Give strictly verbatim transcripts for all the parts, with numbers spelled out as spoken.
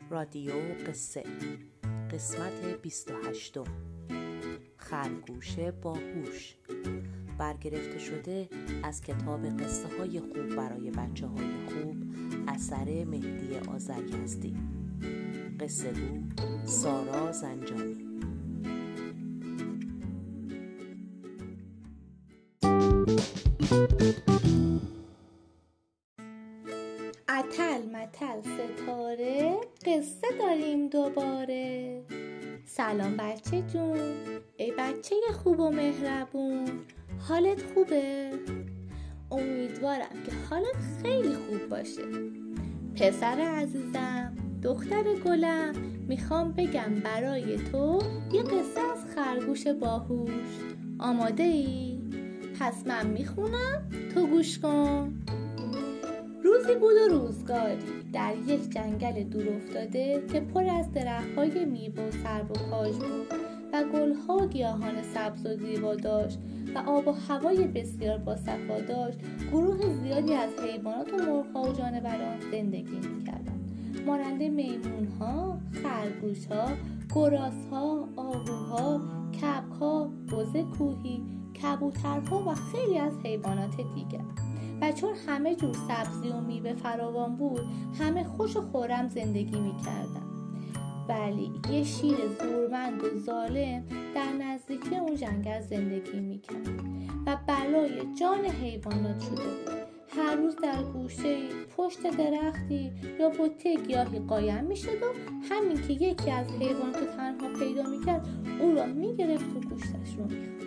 رادیو قصه قسمت بیست و هشت خرگوش باهوش برگرفته شده از کتاب قصه های خوب برای بچه های خوب اثر مهدی آذریزدی. قصه گو سارا زنجانی. اتل متل ستاره قصه داریم دوباره. سلام بچه جون، ای بچه خوب و مهربون، حالت خوبه؟ امیدوارم که حالت خیلی خوب باشه. پسر عزیزم، دختر گلم، میخوام بگم برای تو یه قصه از خرگوش باهوش. آماده ای؟ پس من میخونم، تو گوش کن. روزی بود و روزگاری در یک جنگل دور افتاده که پر از درخت‌های میوه و سرو و کاج بود و گل‌ها و گیاهان سبز و زیبا داشت و آب و هوای بسیار باصفا داشت. گروه زیادی از حیوانات و مرغ‌ها و جانوران زندگی می‌کردند، مانند میمون‌ها، خرگوش‌ها، گراس‌ها، آهوها، کبک‌ها، بز کوهی، کبوترها و خیلی از حیوانات دیگر. و چون همه جور سبزی و میوه فراوان بود، همه خوش و خرم زندگی می‌کردند. ولی یه شیر زورمند و ظالم در نزدیکی اون جنگل زندگی می‌کرد و بلای جان حیوانات شده بود. هر روز در گوشه پشت درختی یا بوته گیاهی قایم می‌شد و همین که یکی از حیوانات تنها پیدا می‌کرد، او را می‌گرفت و گوشتش رو می‌خورد.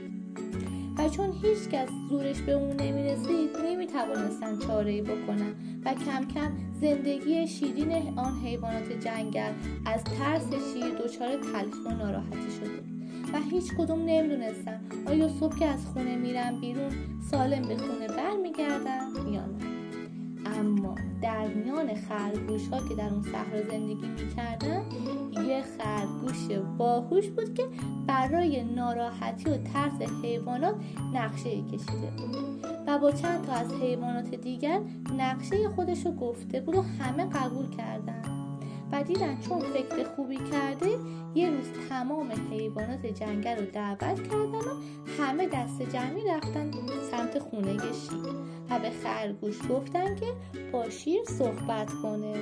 و چون هیچ کس زورش به اون نمی‌رسید، نمی‌توانستن چاره‌ای بکنن و کم کم زندگی شیرین آن حیوانات جنگل از ترس شیر دچار تلخی و ناراحتی شده و هیچ کدوم نمی‌دونستن آیا صبح که از خونه میرن بیرون سالم به خونه برمیگردن یا نه. اما در میان خرگوش‌ها که در اون صحرا زندگی می‌کردن، یه خرگوش باهوش بود که برای ناراحتی و ترس حیوانات نقشه‌ای کشیده بود و با چند تا از حیوانات دیگر نقشه خودشو گفته بود و همه قبول کردن و دیدن چون فکر خوبی کرده، یه روز تمام حیوانات جنگل رو دعوت کردن و همه دست جمعی رفتن سمت خونه شیر و به خرگوش گفتن که با شیر صحبت کنه.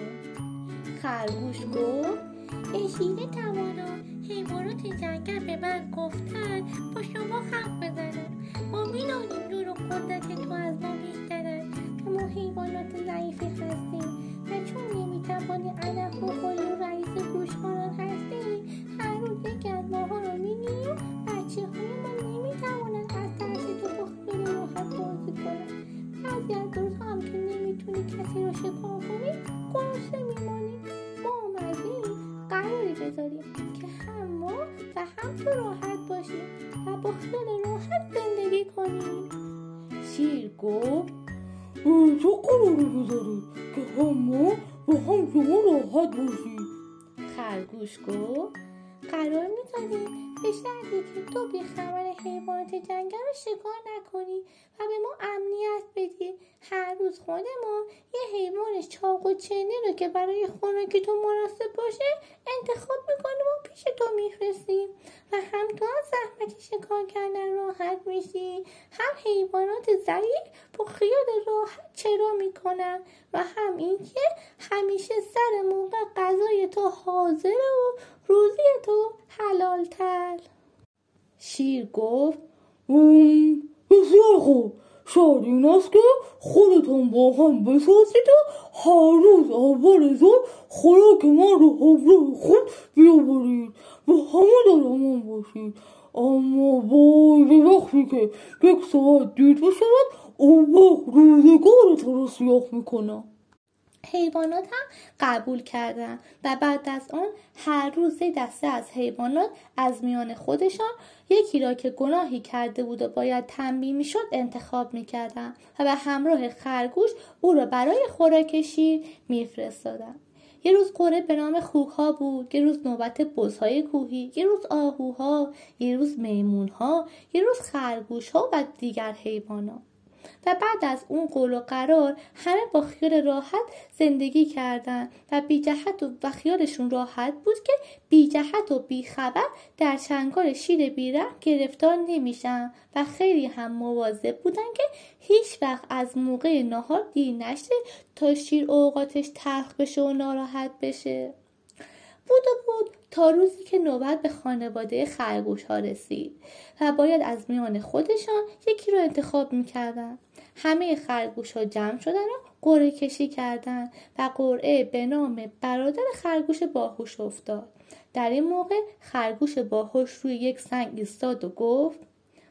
خرگوش گفت: ای شیر توانا، حیوانات جنگل به من گفتن با شما حرف بزنم. ما میدانیم دور و قدرت تو از ما بیشترن که ما حیوانات ضعیفی هستیم و چون نمیتوانی علف و قلی و رئیس گوشخواران هستی، هر روز یکی از ماها رو میگیری و بچه های ما نمیتوانن از ترس تو با خیال راحت بازی کنن. بعضی از روزها هم که نمیتونی کسی رو شکار کنی، گرسنه میمانی. ما اومدیم قراری بذاریم که هم ما و هم تو راحت باشیم و با خیال راحت زندگی کنیم. شیر گفت: چه قراری بذاریم که هم ما و هم شما راحت باشیم؟ خرگوش گفت: قرار میذاریم به شرطی که تو بیخبر حیوانات جنگل رو شکار نکنی و به ما امنیت بدی. هر روز خودمون یه حیوان چاق و چینی رو که برای خوراک تو مناسب باشه انتخاب میکنیم و پیش تو میفرستیم و هم تو از زحمت شکار کردن راحت میشی، هم حیوانات ضعیف با خیال راحت چرا میکنن و هم اینکه همیشه سر موقع غذای تو حاضره و روزی تو حلال تر. شیر گفت: بسیار خوب، شاید این است که خودتون با هم بسازید و هر روز اول ظهر خوراک من رو همراه خود بیاورید و همه در امان باشید. اما باید وقتی که یک ساعت دیر بشود، اون وقت روزگارتون رو سیاه میکنم. حیوانات هم قبول کردن و بعد از آن هر روز دسته از حیوانات از میان خودشان یکی را که گناهی کرده بود و باید تنبیه میشد انتخاب میکردن و به همراه خرگوش او را برای خوراک شیر میفرستادن. یه روز قره به نام خوک‌ها بود، یه روز نوبت بزهای کوهی، یه روز آهوها، یه روز میمونها، یه روز خرگوش‌ها و دیگر حیوانات. و بعد از اون قول و قرار همه با خیال راحت زندگی کردن و بی جهت و, و خیالشون راحت بود که بی جهت و بی خبر در چنگال شیر بیرحم گرفتار نمیشن و خیلی هم مواظب بودن که هیچ وقت از موقع نهار دیر نشه تا شیر اوقاتش تلخ بشه و ناراحت بشه. بود و بود تا روزی که نوبت به خانواده خرگوش ها رسید و باید از میان خودشان یکی رو انتخاب میکردن. همه خرگوش ها جمع شدن و قرعه کشی کردن و قرعه به نام برادر خرگوش باهوش افتاد. در این موقع خرگوش باهوش روی یک سنگ ایستاد و گفت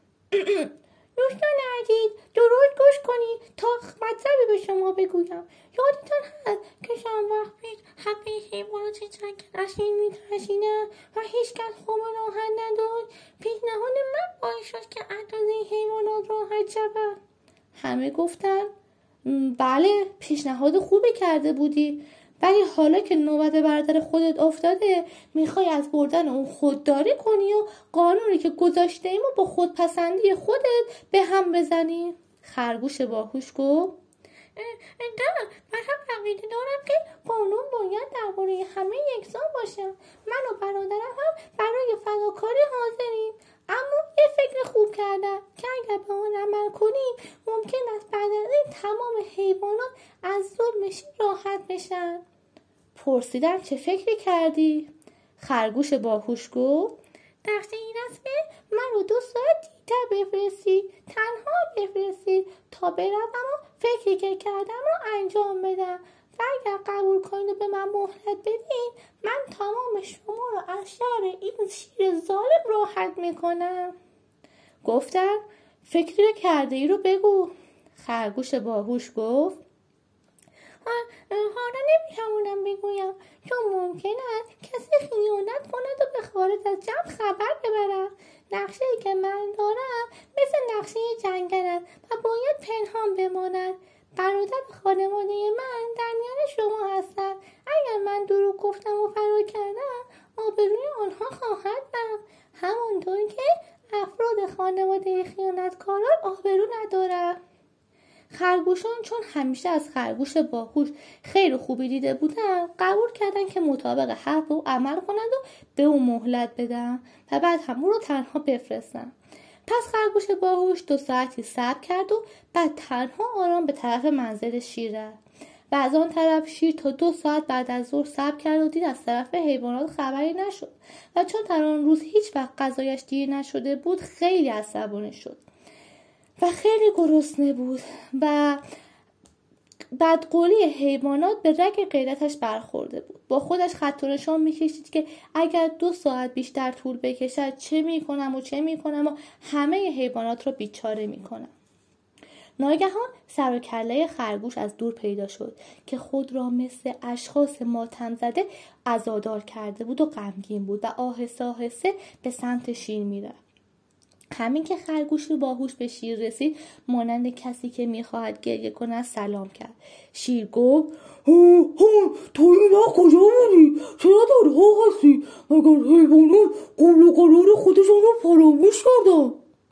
دوستان عزیز درست گوش کنید تا مطلبی به شما بگویم. یادتان هست که چند وقت پیش همه حیوانات جنگل اسیر می‌ترسیدن و هیچکس خوب راحت نداشت. پیشنهاد من باعث شد که اندازه حیوانات راحت شود. همه گفتن بله پیشنهاد خوبی کرده بودی، ولی حالا که نوبت برادر خودت افتاده میخوای از بردن اون خودداری کنی و قانونی که گذاشته ایم و با خودپسندی خودت به هم بزنی. خرگوش باهوش گفت نه، من هم عقیده دارم که قانون باید درباره همه یکسان باشه. من و برادرم هم برای فداکاری حاضریم، اما یه فکر خوب کردم که اگر به آن عمل کنیم ممکن است بعد از این تمام حیوانات از ظلم شیر راحت بشن. پرسیدم چه فکری کردی؟ خرگوش باهوش گفت تقصیر این است که من رو دو ساعت دیرتر بفرستید، تنها بفرستید تا برم و فکری که کردم رو انجام بدم و اگر قبول کنید و به من مهلت بدین من تمام شما رو از شر این شیر ظالم راحت میکنم. گفتم فکری رو کرده ای رو بگو. خرگوش باهوش گفت حالا نمیتونم بگویم چون ممکن است کسی خیانت کند و به خارج از جمع خبر ببرد. نقشه ای که من دارم مثل نقشه جنگل است و باید پنهان بماند. برادر خانواده من در میان شما هستند. اگر من دروغ گفتم و فرار کردم آبروی آنها خواهد رفت، همانطور که افراد خانواده خیانتکاران آبرو ندارند. خرگوشان چون همیشه از خرگوش باهوش خیر خوبی دیده بودن قبول کردن که مطابق حرف او عمل کنند و به او مهلت بدن و بعد هم او رو تنها بفرستن. پس خرگوش باهوش دو ساعتی صبر کرد و بعد تنها آرام به طرف منزل شیر رفت و از آن طرف شیر تا دو ساعت بعد از ظهر صبر کرد و دید از طرف حیوانات خبری نشد و چون در آن روز هیچ وقت غذایش دیر نشده بود خیلی عصبانی شد و خیلی گرسنه بود و بدقولی حیوانات به رگ غیرتش برخورده بود. با خودش خط و نشان میکشید که اگر دو ساعت بیشتر طول بکشد چه میکنم و چه میکنم و همه حیوانات رو بیچاره میکنم. ناگهان سر و کله خرگوش از دور پیدا شد که خود را مثل اشخاص ماتم زده عزادار کرده بود و غمگین بود و آهسته آهسته به سمت شیر میرفت. همین که خرگوش باهوش به شیر رسید مانند کسی که میخواهد گریه کند سلام کرد. شیر گفت ها ها تو این وقت کجا بودی؟ چرا تنها هستی؟ مگر حیوانات قول و قرار خودشون رو فراموش کردن؟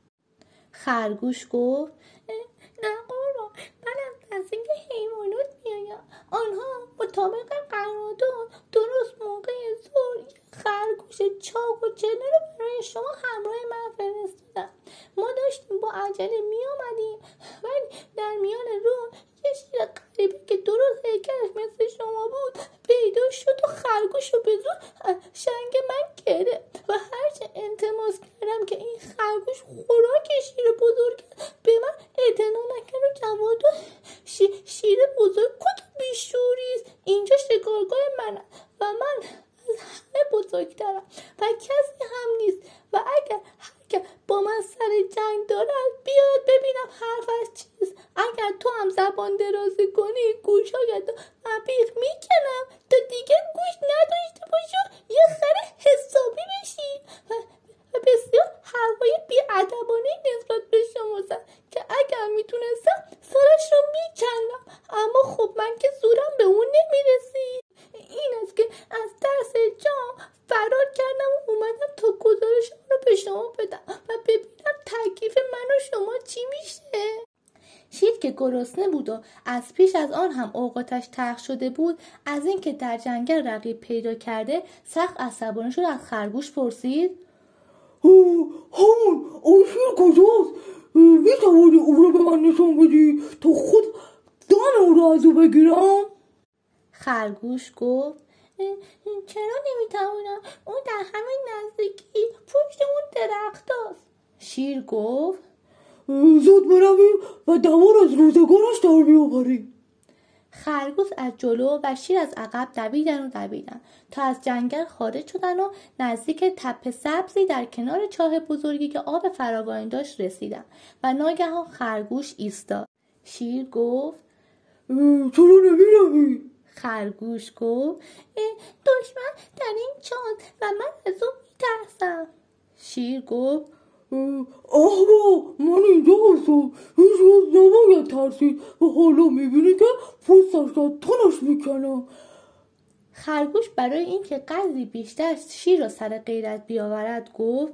خرگوش گفت نه قربان، من از اینکه حیوانات میایم آنها مطابق قرارداد درست موقع ظهر خرگوش چاق و چنه رو برای شما همراه من فرستادم. ما داشتیم با عجله می آمدیم ولی در میان راه یه شیر غریبه که درست هیکلش مثل شما بود پیدا شد و خرگوش رو به زور شنگ من گرفت و هرچه التماس کردم که این خرگوش خوراک شیر بزرگ به من اعتنا نکرد و جواب داد شیر, شیر بزرگ کت بیشوریست، اینجا شکارگاه من و من از همه بزرگترم و کسی هم نیست و اگر هر که با من سر جنگ دارد بیاد ببینم حرفش چیست. اگر تو هم زبان درازی کنی گوشایت عبیق میکنم تا دیگه گوش نداشته باشی و یه خر حسابی بشی. و, و بسیار حرفای بی‌ادبانه نسبت به شما زد که اگر میتونستم سرش رو میکندم، اما خب من که زورم به اون نمیرسید. این است که از ترس جان فرار کردم و اومدم تا گزارش رو به شما بدم و ببینم تکلیف من و شما چی میشه. گرسنه بود و از پیش از آن هم اوقاتش تلخ شده بود، از اینکه در جنگل رقیب پیدا کرده سخت عصبانی شد. از خرگوش پرسید: همون اون شیر کجاست؟ میتوانی اون رو به من نشان بدی تا خود دان اون رو از او بگیرم؟ خرگوش گفت: چرا نمیتوانم؟ اون در همین نزدیکی پشت اون درخت است. شیر گفت: زود برویم و دوار از روزگارش در بیاوریم. خرگوش از جلو و شیر از عقب دویدن و دویدن تا از جنگل خارج شدن و نزدیک تپه سبزی در کنار چاه بزرگی که آب فراوانی داشت رسیدن و ناگهان خرگوش ایستاد. شیر گفت: چرا نمیروی؟ خرگوش گفت: دشمن در این چاه و من از او میترسم. شیر گفت: آهبا، من اینجا هستم. هیچ روز نباید ترسید و حالا میبینی که پوستش را تنش میکنم. خرگوش برای اینکه قدری بیشتر شیر را سر غیرت بیاورد گفت: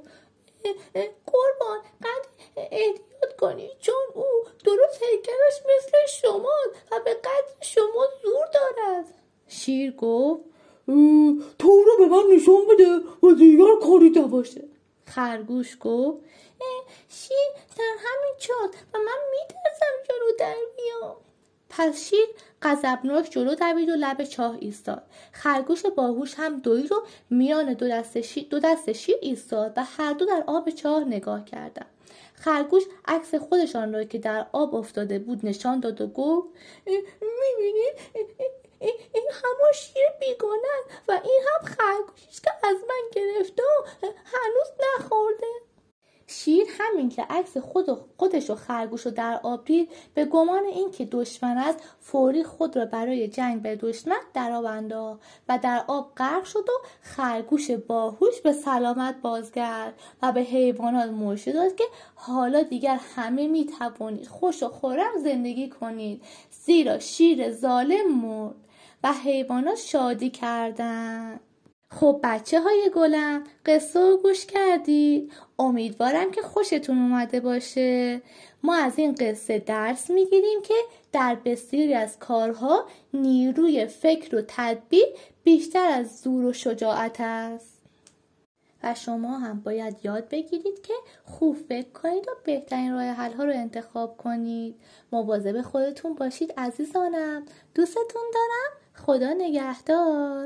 قربان، قدر احتیاط کنی، چون او درست هیکلش مثل شماست و به قدر شما زور دارد. شیر گفت: تو رو به من نشان بده و دیگر کاری نباشه. خرگوش گفت: شیر در همین چاه و من میترسم جلو در بیام. پس شیر غضبناک جلو دوید و لب چاه ایستاد. خرگوش باهوش هم دوید و میان دو دست شیر, دو دست شیر ایستاد و هر دو در آب چاه نگاه کردند. خرگوش عکس خودشان را که در آب افتاده بود نشان داد و گفت: میبینید این همون شیر بیگانه است و این هم خرگوشی که از من گرفته و هنوز نخورده. شیر همین که عکس خود و خودش و خرگوش رو در آب دید، به گمان این که دشمن است فوری خود را برای جنگ به دشمن در آب انداخت و در آب غرق شد و خرگوش باهوش به سلامت بازگشت و به حیوانات موشی داد که حالا دیگر همه می توانید خوش و خرم زندگی کنید، زیرا شیر ظالم مرد و حیوانات شادی کردند. خب بچه های گلم، قصه رو گوش کردید؟ امیدوارم که خوشتون اومده باشه. ما از این قصه درس میگیریم که در بسیاری از کارها نیروی فکر و تدبیر بیشتر از زور و شجاعت است و شما هم باید یاد بگیرید که خوب فکر کنید و بهترین راه حل ها رو انتخاب کنید. مواظب خودتون باشید عزیزانم. دوستتون دارم. خدا نگهدار.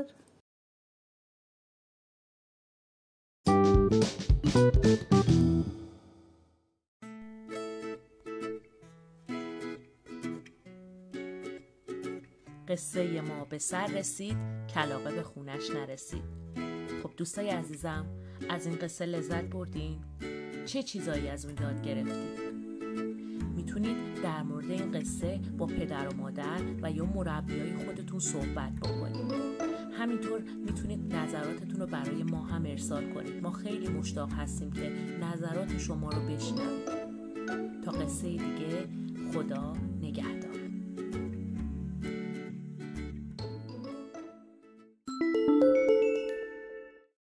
قصه ما به سر رسید، کلاغه به خونش نرسید. خب دوستای عزیزم، از این قصه لذت بردین؟ چه چیزایی از اون یاد گرفتید؟ میتونید در مورد این قصه با پدر و مادر و یا مربیای خودتون صحبت بکنید. همینطور میتونید نظراتتون رو برای ما هم ارسال کنید. ما خیلی مشتاق هستیم که نظرات شما رو بشنویم. تا قصه دیگه، خدا نگهدار.